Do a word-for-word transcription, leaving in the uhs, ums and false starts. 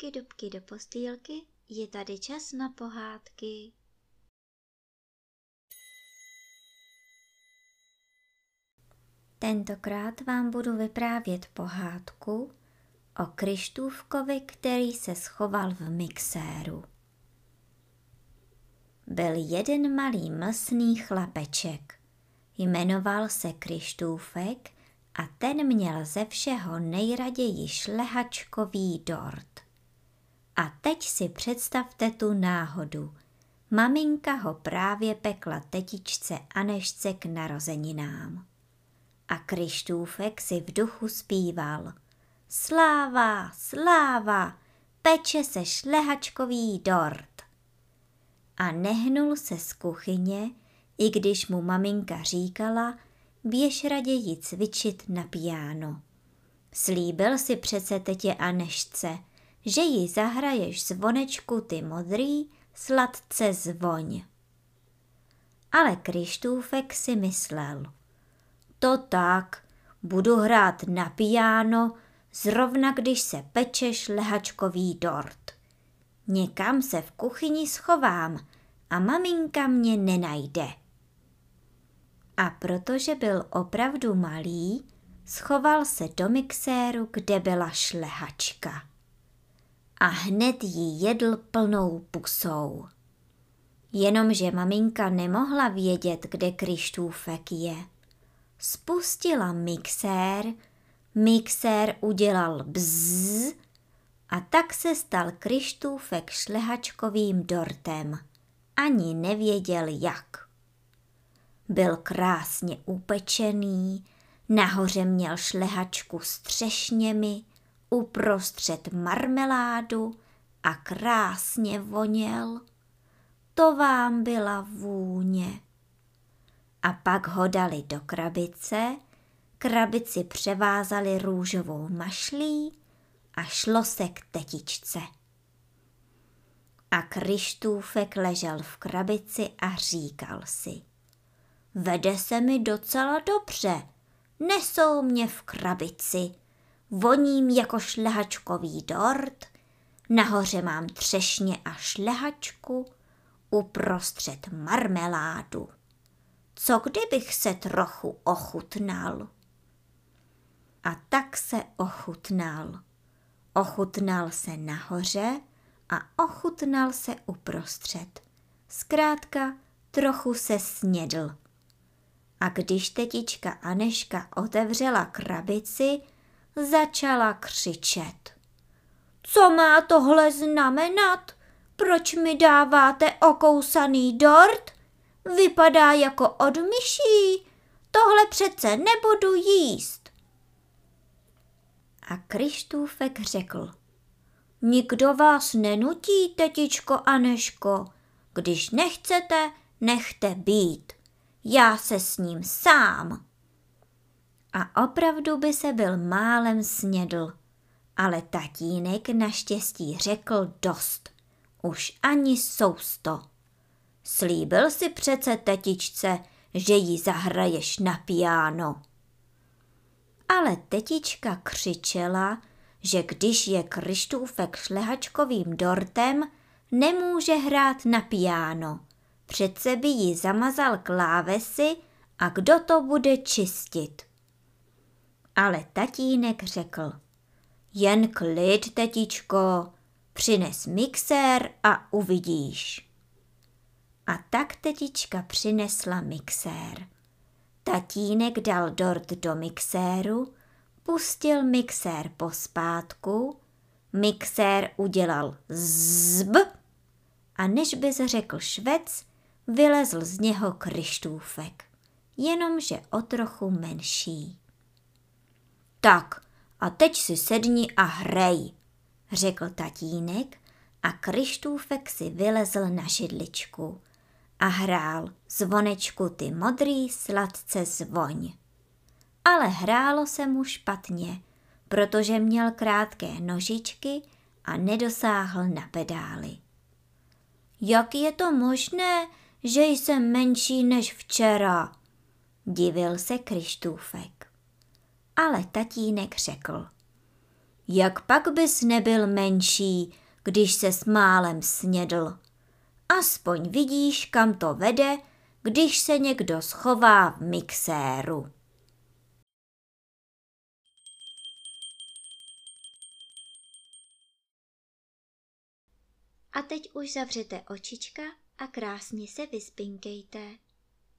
Dubky, dubky do postýlky, je tady čas na pohádky. Tentokrát vám budu vyprávět pohádku o Kryštůvkovi, který se schoval v mixéru. Byl jeden malý mlsný chlapeček. Jmenoval se Kryštůvek a ten měl ze všeho nejraději šlehačkový dort. A teď si představte tu náhodu. Maminka ho právě pekla tetičce Anežce k narozeninám. A Kryštůvek si v duchu zpíval: Sláva, sláva, peče se šlehačkový dort. A nehnul se z kuchyně, i když mu maminka říkala: běž raději cvičit na piano. Slíbil si přece tetě Anežce, že jí zahraješ zvonečku ty modrý, sladce zvoň. Ale Kryštůvek si myslel: to tak, budu hrát na piano, zrovna když se peče šlehačkový dort. Někam se v kuchyni schovám a maminka mě nenajde. A protože byl opravdu malý, schoval se do mixéru, kde byla šlehačka. A hned ji jedl plnou pusou. Jenomže maminka nemohla vědět, kde Kryštůvek je. Spustila mixér, mixér udělal bzz a tak se stal Kryštůvek šlehačkovým dortem. Ani nevěděl jak. Byl krásně upečený, nahoře měl šlehačku s třešněmi, uprostřed marmeládu a krásně voněl. To vám byla vůně. A pak ho dali do krabice, krabici převázali růžovou mašlí a šlo se k tetičce. A Kryštůvek ležel v krabici a říkal si: vede se mi docela dobře, nesou mě v krabici, voním jako šlehačkový dort, nahoře mám třešně a šlehačku, uprostřed marmeládu. Co kdybych se trochu ochutnal? A tak se ochutnal. Ochutnal se nahoře a ochutnal se uprostřed. Zkrátka trochu se snědl. A když tetička Anežka otevřela krabici, začala křičet: co má tohle znamenat? Proč mi dáváte okousaný dort? Vypadá jako od myší. Tohle přece nebudu jíst. A Kryštůvek řekl: nikdo vás nenutí, tetičko Anežko. Když nechcete, nechte být. Já se s ním sám. A opravdu by se byl málem snědl, ale tatínek naštěstí řekl dost. Už ani sousto. Slíbil si přece tetičce, že jí zahraješ na piano. Ale tetička křičela, že když je Kryštůvek šlehačkovým dortem, nemůže hrát na piano. Přece by jí zamazal klávesy a kdo to bude čistit. Ale tatínek řekl: jen klid, tetičko, přines mixér a uvidíš. A tak tetička přinesla mixér. Tatínek dal dort do mixéru, pustil mixér pospátku, mixér udělal zb a než by řekl švec, vylezl z něho Kryštůvek, jenomže o trochu menší. Tak a teď si sedni a hrej, řekl tatínek a Kryštůvek si vylezl na židličku a hrál zvonečku ty modrý, sladce zvoň. Ale hrálo se mu špatně, protože měl krátké nožičky a nedosáhl na pedály. Jak je to možné, že jsem menší než včera? Divil se Kryštůvek. Ale tatínek řekl: Jak pak bys nebyl menší, když ses málem snědl? Aspoň vidíš, kam to vede, když se někdo schová v mixéru. A teď už zavřete očička a krásně se vyspinkejte.